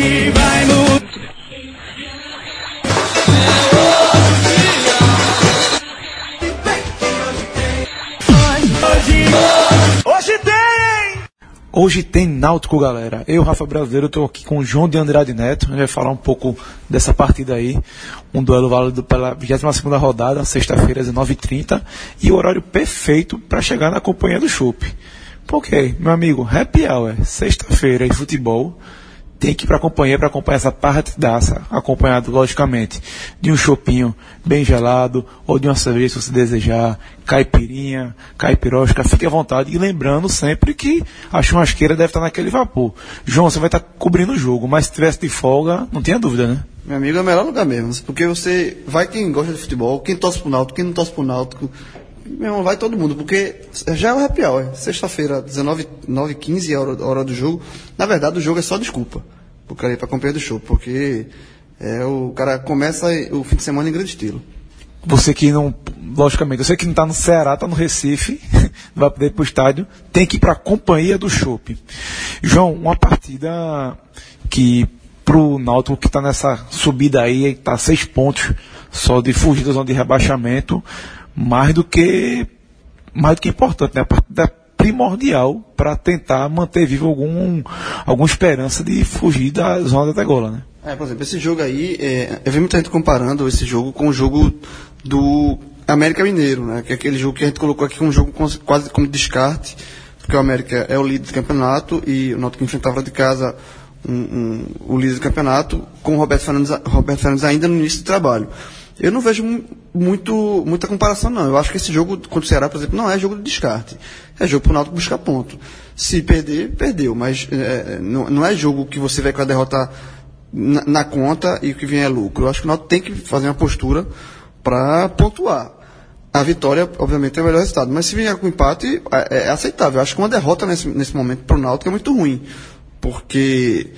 Hoje vai mudar. Hoje tem! Hoje tem Náutico, galera. Eu, Rafa Brasileiro, estou aqui com o João de Andrade Neto. A gente vai falar um pouco dessa partida aí. Um duelo válido pela 22ª rodada, sexta-feira, às 19h30. E o horário perfeito para chegar na companhia do chopp. Porque, meu amigo, happy hour, sexta-feira e futebol. Tem que ir para acompanhar essa partidaça, acompanhado, logicamente, de um chopinho bem gelado, ou de uma cerveja, se você desejar, caipirinha, caipirosca, fique à vontade. E lembrando sempre que a churrasqueira deve estar naquele vapor. João, você vai estar cobrindo o jogo, mas se tivesse de folga, não tinha dúvida, né? Meu amigo, é o melhor lugar mesmo, porque você vai quem gosta de futebol, quem torce pro Náutico, quem não torce pro Náutico, meu irmão, vai todo mundo, porque já é o happy hour, sexta-feira, 19h15, a hora do jogo. Na verdade, o jogo é só desculpa pro cara ir pra companhia do show, porque o cara começa o fim de semana em grande estilo. Você que não, logicamente, você que não tá no Ceará, tá no Recife, não vai poder ir pro estádio, tem que ir pra companhia do chopp. João, uma partida que pro Náutico que tá nessa subida aí, tá 6 pontos só de fugir da zona de rebaixamento, mais do que importante, né? A partida primordial para tentar manter vivo alguma esperança de fugir da zona da degola, né? Por exemplo, esse jogo aí, eu vi muita gente comparando esse jogo com o jogo do América Mineiro, né? Que é aquele jogo que a gente colocou aqui como um jogo quase como descarte, porque o América é o líder do campeonato e o Náutico enfrentava de casa o líder do campeonato com o Roberto Fernandes ainda no início do trabalho. Eu não vejo muita comparação, não. Eu acho que esse jogo contra o Ceará, por exemplo, não é jogo de descarte. É jogo para o Náutico buscar ponto. Se perder, perdeu. Mas não é jogo que você vai com a derrota na conta e o que vem é lucro. Eu acho que o Náutico tem que fazer uma postura para pontuar. A vitória, obviamente, é o melhor resultado. Mas se vier com empate, é aceitável. Eu acho que uma derrota nesse momento para o Náutico é muito ruim. Porque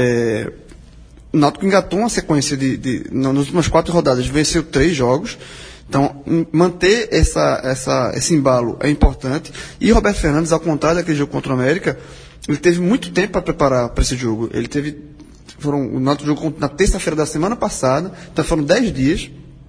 o Náutico engatou uma sequência nas últimas 4 rodadas, venceu 3 jogos. Então, manter esse embalo é importante. E o Roberto Fernandes, ao contrário daquele jogo contra o América, ele teve muito tempo para preparar para esse jogo. O Náutico jogou na terça-feira da semana passada, então foram 10 dias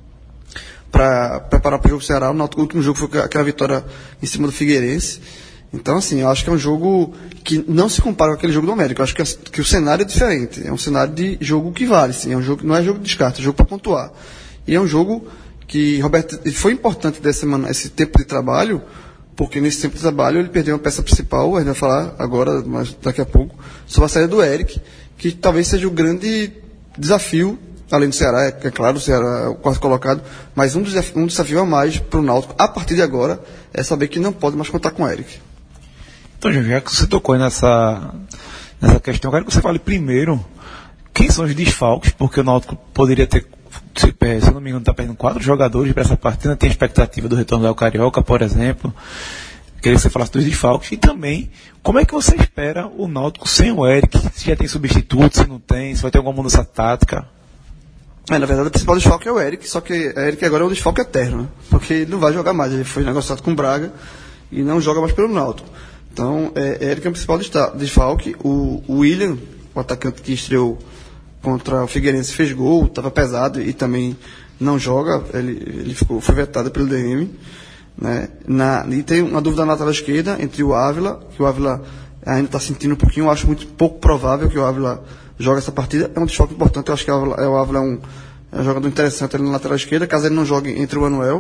para preparar para o jogo do Ceará. O último jogo foi aquela vitória em cima do Figueirense. Então, assim, eu acho que é um jogo que não se compara com aquele jogo do América. Eu acho que o cenário é diferente. É um cenário de jogo que vale, sim. É um jogo, não é jogo de descarte, é jogo para pontuar. E é um jogo que Roberto foi importante esse tempo de trabalho, porque nesse tempo de trabalho ele perdeu uma peça principal, a gente vai falar agora, mas daqui a pouco, sobre a saída do Eric, que talvez seja o grande desafio, além do Ceará, é claro, o Ceará é o quarto colocado, mas um desafio a mais para o Náutico, a partir de agora, é saber que não pode mais contar com o Eric. Então, já que você tocou nessa questão, eu quero que você fale primeiro quem são os desfalques, porque o Náutico poderia ter, se eu não me engano, está perdendo 4 jogadores para essa partida, tem a expectativa do retorno do El Carioca, por exemplo. Queria que você falasse dos desfalques e também como é que você espera o Náutico sem o Eric, se já tem substituto, se não tem, se vai ter alguma mudança tática. Na verdade, o principal desfalque é o Eric, só que o Eric agora é um desfalque eterno, né? Porque ele não vai jogar mais, ele foi negociado com o Braga e não joga mais pelo Náutico. Então, Eric é o principal desfalque. O William, o atacante que estreou contra o Figueirense, fez gol, estava pesado e também não joga. Ele foi vetado pelo DM. Né? E tem uma dúvida na lateral esquerda entre o Ávila, que o Ávila ainda está sentindo um pouquinho. Eu acho muito pouco provável que o Ávila jogue essa partida. É um desfalque importante. Eu acho que o Ávila é um jogador interessante ali na lateral esquerda, caso ele não jogue entre o Manuel.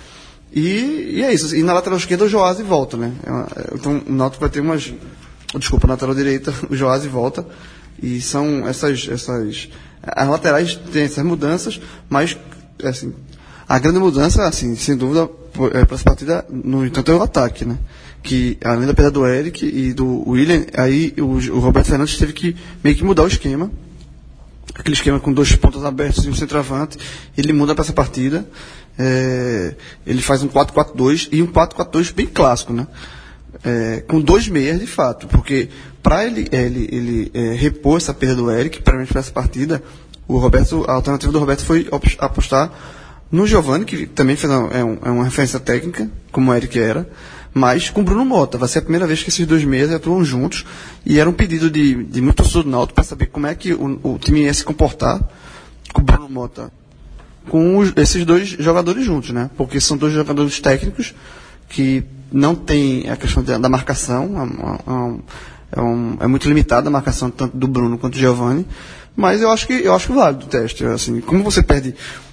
E é isso. E na lateral esquerda o Joás volta, né? Então o Náutico vai ter na lateral direita o Joás volta. E são essas. As laterais têm essas mudanças, mas assim, a grande mudança, assim, sem dúvida, para essa partida, no entanto, é o ataque, né? Que além da perda do Eric e do William, aí o Roberto Fernandes teve que meio que mudar o esquema. Aquele esquema com 2 pontas abertos e um centroavante, ele muda para essa partida. Ele faz um 4-4-2 e um 4-4-2 bem clássico, né? Com 2 meias de fato, porque para ele repor essa perda do Eric, para essa partida, a alternativa do Roberto foi apostar no Giovani, que também fez uma referência técnica, como o Eric era, mas com Bruno Mota. Vai ser a primeira vez que esses dois meias atuam juntos, e era um pedido de muito torcedor do Náutico para saber como é que o time ia se comportar com o Bruno Mota, com esses dois jogadores juntos, né? Porque são dois jogadores técnicos que não tem a questão da marcação, é muito limitada a marcação tanto do Bruno quanto do Giovani, mas eu acho válido o teste. Assim, como você perde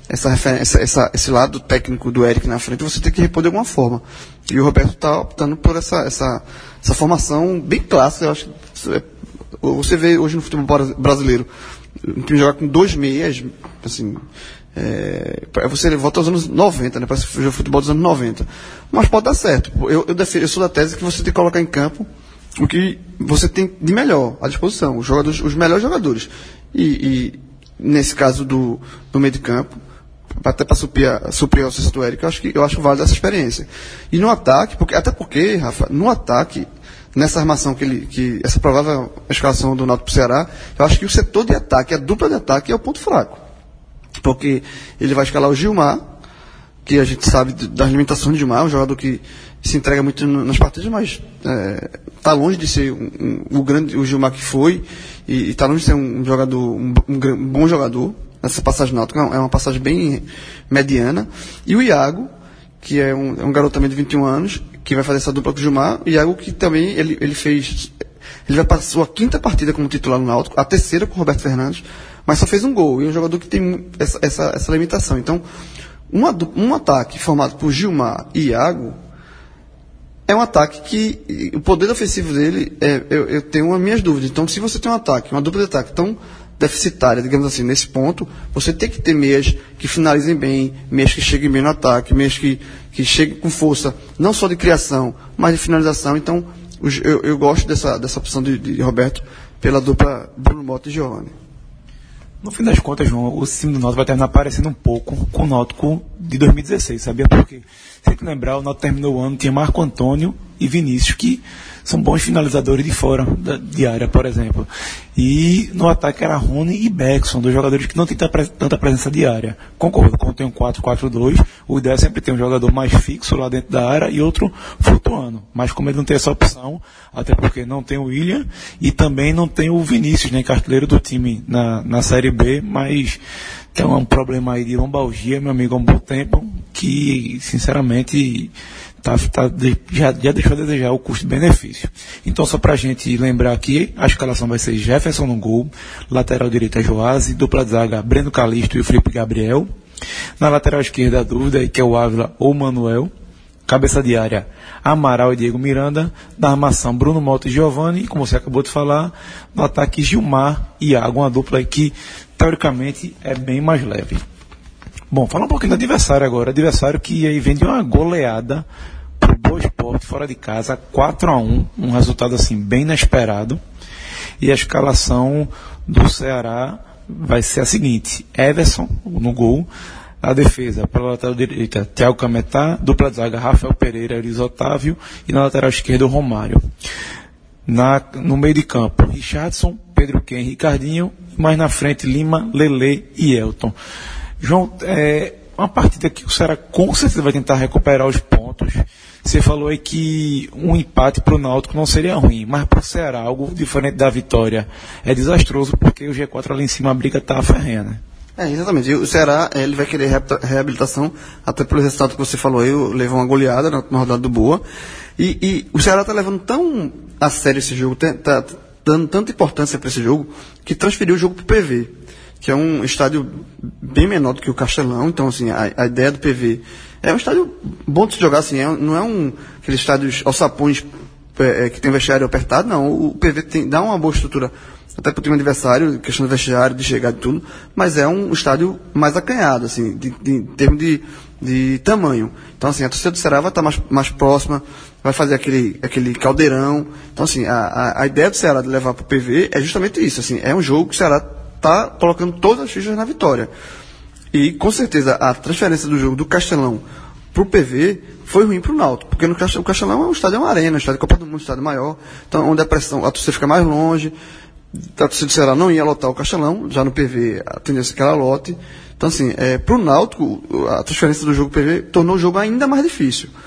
esse lado técnico do Eric na frente, você tem que repor de alguma forma. E o Roberto está optando por essa formação bem clássica. Eu acho que você vê hoje no futebol brasileiro um time jogar com dois meias, assim, você volta aos anos 90, né? Parece que o futebol dos anos 90. Mas pode dar certo. Eu sou da tese que você tem que colocar em campo o que você tem de melhor à disposição, os melhores jogadores. E nesse caso do meio de campo, até para suprir a ausência do Eric, eu acho válido essa experiência. E no ataque, até porque, Rafa, no ataque, nessa armação essa provável escalação do Náutico pro Ceará, eu acho que o setor de ataque, a dupla de ataque é o ponto fraco. Porque ele vai escalar o Gilmar, que a gente sabe das limitações de Gilmar, um jogador que se entrega muito nas partidas, mas está longe de ser o Gilmar que foi, e está longe de ser um jogador, um bom jogador. Essa passagem náutica é uma passagem bem mediana. E o Iago, que é um garoto também de 21 anos, que vai fazer essa dupla com o Gilmar. O Iago que também ele vai para a sua 5ª partida como titular no Náutico, a 3ª com o Roberto Fernandes, mas só fez um gol. E é um jogador que tem essa limitação. Então, um ataque formado por Gilmar e Iago é um ataque que o poder ofensivo dele, eu tenho as minhas dúvidas. Então, se você tem um ataque, uma dupla de ataque tão deficitária, digamos assim, nesse ponto, você tem que ter meias que finalizem bem, meias que cheguem bem no ataque, meias que cheguem com força, não só de criação, mas de finalização. Então, eu gosto dessa opção de Roberto pela dupla Bruno Mota e Giovani. No fim das contas, João, o time do Náutico vai terminar parecendo um pouco com o Náutico de 2016, sabia por quê? Se você lembrar, o Náutico terminou o ano, tinha Marco Antônio e Vinícius, que são bons finalizadores de fora de área, por exemplo. E no ataque era Rony e Beckson, dois jogadores que não têm tanta presença de área. Concordo, quando tem um 4-4-2, o ideal é sempre ter um jogador mais fixo lá dentro da área e outro flutuando. Mas como ele não tem essa opção, até porque não tem o William e também não tem o Vinícius, né, que do time na Série B, mas tem um problema aí de lombalgia, meu amigo, há um bom tempo, que sinceramente já deixou a desejar o custo-benefício. Então, só pra gente lembrar aqui, a escalação vai ser Jefferson no gol, lateral direita Joase, dupla de zaga Breno Calisto e o Felipe Gabriel, na lateral esquerda a dúvida, que é o Ávila ou o Manuel, cabeça de área Amaral e Diego Miranda, na armação Bruno Mota e Giovani, como você acabou de falar, no ataque Gilmar e Iago, uma dupla aí que teoricamente é bem mais leve. Bom, fala um pouquinho do adversário agora. Adversário que aí vem de uma goleada pro Boa Esporte fora de casa, 4-1, um resultado assim bem inesperado. E a escalação do Ceará vai ser a seguinte: Everson no gol, a defesa pela lateral direita Thiago Cametá, dupla de zaga Rafael Pereira, Elis Otávio e na lateral esquerda o Romário. No meio de campo, Richardson, Pedro Ken, Ricardinho, mais na frente Lima, Lele e Elton. João, uma partida que o Ceará com certeza vai tentar recuperar os pontos. Você falou aí que um empate para o Náutico não seria ruim, mas para o Ceará, algo diferente da vitória, é desastroso, porque o G4 ali em cima a briga está ferrenha, né? Exatamente. E o Ceará, ele vai querer reabilitação, até pelo resultado que você falou aí, levou uma goleada na rodada do Boa. E o Ceará está levando tão a sério esse jogo, tá dando tanta importância para esse jogo, que transferiu o jogo para o PV, que é um estádio bem menor do que o Castelão. Então, assim, a ideia do PV é um estádio bom de se jogar, assim, não é aqueles estádios alçapões que tem vestiário apertado, não. O PV dá uma boa estrutura até para o time adversário, questão de vestiário, de chegada e tudo, mas é um estádio mais acanhado, assim, em termos de tamanho. Então, assim, a torcida do Ceará vai estar mais próxima, vai fazer aquele caldeirão. Então, assim, a ideia do Ceará de levar para o PV é justamente isso, assim, é um jogo que o Ceará está colocando todas as fichas na vitória. E, com certeza, a transferência do jogo do Castelão para o PV foi ruim para o Náutico, porque o Castelão é um estádio, é uma arena, um estádio de Copa do Mundo, um estádio maior, então, onde a torcida fica mais longe. A torcida do Ceará não ia lotar o Castelão, já no PV a tendência é que ela lote. Então, assim, para o Náutico, a transferência do jogo PV tornou o jogo ainda mais difícil.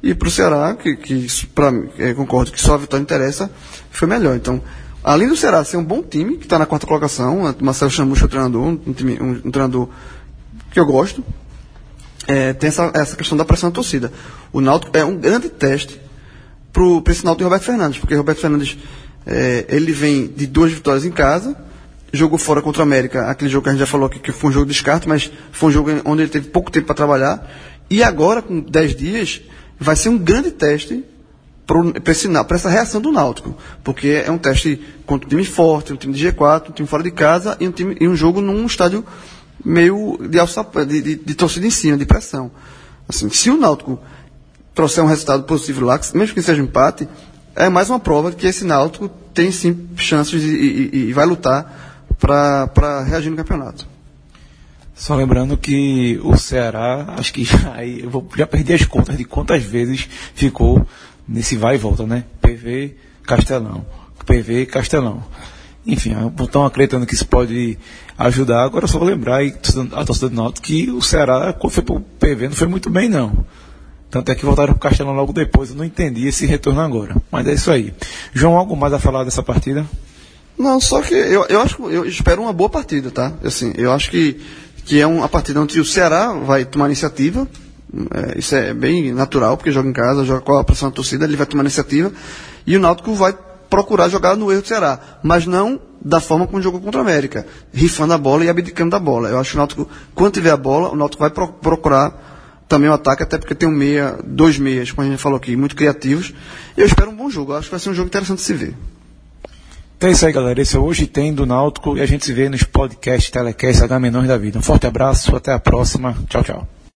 E para o Ceará, que para mim, concordo que só a vitória interessa, foi melhor. Então, além do Ceará ser um bom time, que está na 4ª colocação, o Marcelo Chamusca é o treinador, um treinador que eu gosto, tem essa questão da pressão da torcida. O Náutico é um grande teste para esse Náutico de Roberto Fernandes, porque Roberto Fernandes ele vem de 2 vitórias em casa, jogou fora contra o América, aquele jogo que a gente já falou aqui, que foi um jogo de descarte, mas foi um jogo onde ele teve pouco tempo para trabalhar, e agora, com 10 dias, vai ser um grande teste para essa reação do Náutico, porque é um teste contra um time forte, um time de G4, um time fora de casa e um jogo num estádio meio de torcida em cima, de pressão. Assim, se o Náutico trouxer um resultado positivo lá, mesmo que seja um empate, é mais uma prova de que esse Náutico tem sim chances e vai lutar para reagir no campeonato. Só lembrando que o Ceará, acho que já perdi as contas de quantas vezes ficou nesse vai e volta, né? PV, Castelão. PV, Castelão. Enfim, estão acreditando que isso pode ajudar. Agora só vou lembrar a torcida do Náutico que o Ceará, quando foi pro PV, não foi muito bem, não. Tanto é que voltaram pro Castelão logo depois. Eu não entendi esse retorno agora. Mas é isso aí. João, algo mais a falar dessa partida? Não, só que eu espero uma boa partida, tá? Assim, eu acho que é uma partida onde o Ceará vai tomar iniciativa. Isso é bem natural, porque joga em casa, joga com a pressão da torcida, ele vai tomar iniciativa. E o Náutico vai procurar jogar no erro do Ceará, mas não da forma como jogou contra a América, rifando a bola e abdicando da bola. Eu acho que o Náutico, quando tiver a bola, o Náutico vai procurar também o ataque, até porque tem dois meias, como a gente falou aqui, muito criativos. E eu espero um bom jogo, eu acho que vai ser um jogo interessante de se ver. Então é isso aí, galera. Esse é o Hoje Tem do Náutico e a gente se vê nos podcasts, telecasts, H-Menores da Vida. Um forte abraço, até a próxima. Tchau, tchau.